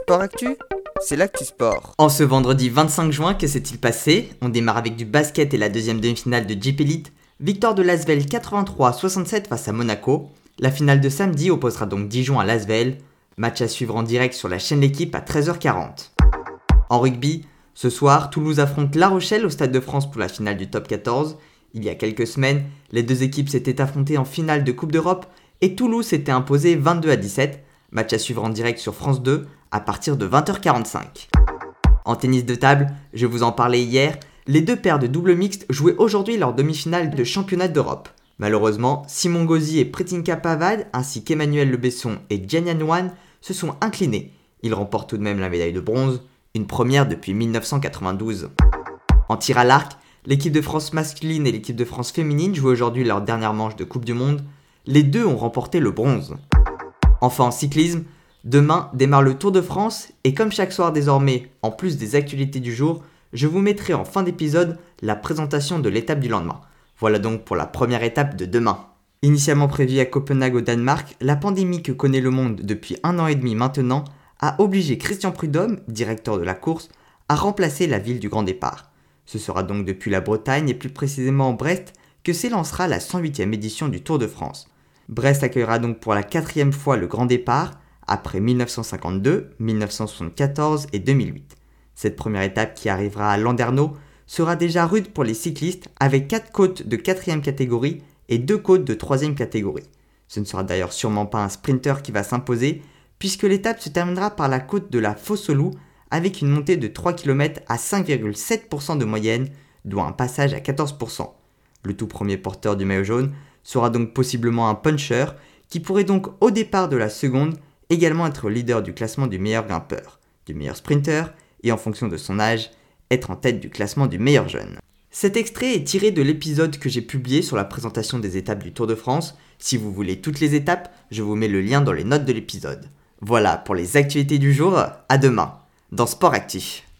Sport Actu, c'est l'actu sport. En ce vendredi 25 juin, que s'est-il passé ? On démarre avec du basket et la deuxième demi-finale de Jeep Elite. Victoire de l'Asvel 83-67 face à Monaco. La finale de samedi opposera donc Dijon à l'Asvel. Match à suivre en direct sur la chaîne L'équipe à 13h40. En rugby, ce soir, Toulouse affronte La Rochelle au Stade de France pour la finale du top 14. Il y a quelques semaines, les deux équipes s'étaient affrontées en finale de Coupe d'Europe et Toulouse s'était imposé 22-17. Match à suivre en direct sur France 2 à partir de 20h45. En tennis de table, je vous en parlais hier, les deux paires de double mixte jouaient aujourd'hui leur demi-finale de championnat d'Europe. Malheureusement, Simon Gauzy et Pretinka Pavad, ainsi qu'Emmanuel Le Besson et Jianyan Wan, se sont inclinés. Ils remportent tout de même la médaille de bronze, une première depuis 1992. En tir à l'arc, l'équipe de France masculine et l'équipe de France féminine jouent aujourd'hui leur dernière manche de Coupe du Monde. Les deux ont remporté le bronze. Enfin en cyclisme, demain démarre le Tour de France et comme chaque soir désormais, en plus des actualités du jour, je vous mettrai en fin d'épisode la présentation de l'étape du lendemain. Voilà donc pour la première étape de demain. Initialement prévue à Copenhague au Danemark, la pandémie que connaît le monde depuis 1 an et demi maintenant a obligé Christian Prudhomme, directeur de la course, à remplacer la ville du grand départ. Ce sera donc depuis la Bretagne et plus précisément Brest que s'élancera la 108e édition du Tour de France. Brest accueillera donc pour la 4e fois le grand départ, après 1952, 1974 et 2008. Cette première étape qui arrivera à Landerneau sera déjà rude pour les cyclistes avec 4 côtes de 4e catégorie et 2 côtes de 3e catégorie. Ce ne sera d'ailleurs sûrement pas un sprinter qui va s'imposer puisque l'étape se terminera par la côte de la Fosse-au-Loup avec une montée de 3 km à 5,7% de moyenne, dont un passage à 14%. Le tout premier porteur du maillot jaune sera donc possiblement un puncher qui pourrait donc au départ de la seconde également être leader du classement du meilleur grimpeur, du meilleur sprinter et en fonction de son âge, être en tête du classement du meilleur jeune. Cet extrait est tiré de l'épisode que j'ai publié sur la présentation des étapes du Tour de France. Si vous voulez toutes les étapes, je vous mets le lien dans les notes de l'épisode. Voilà pour les actualités du jour, à demain dans Sport Actif.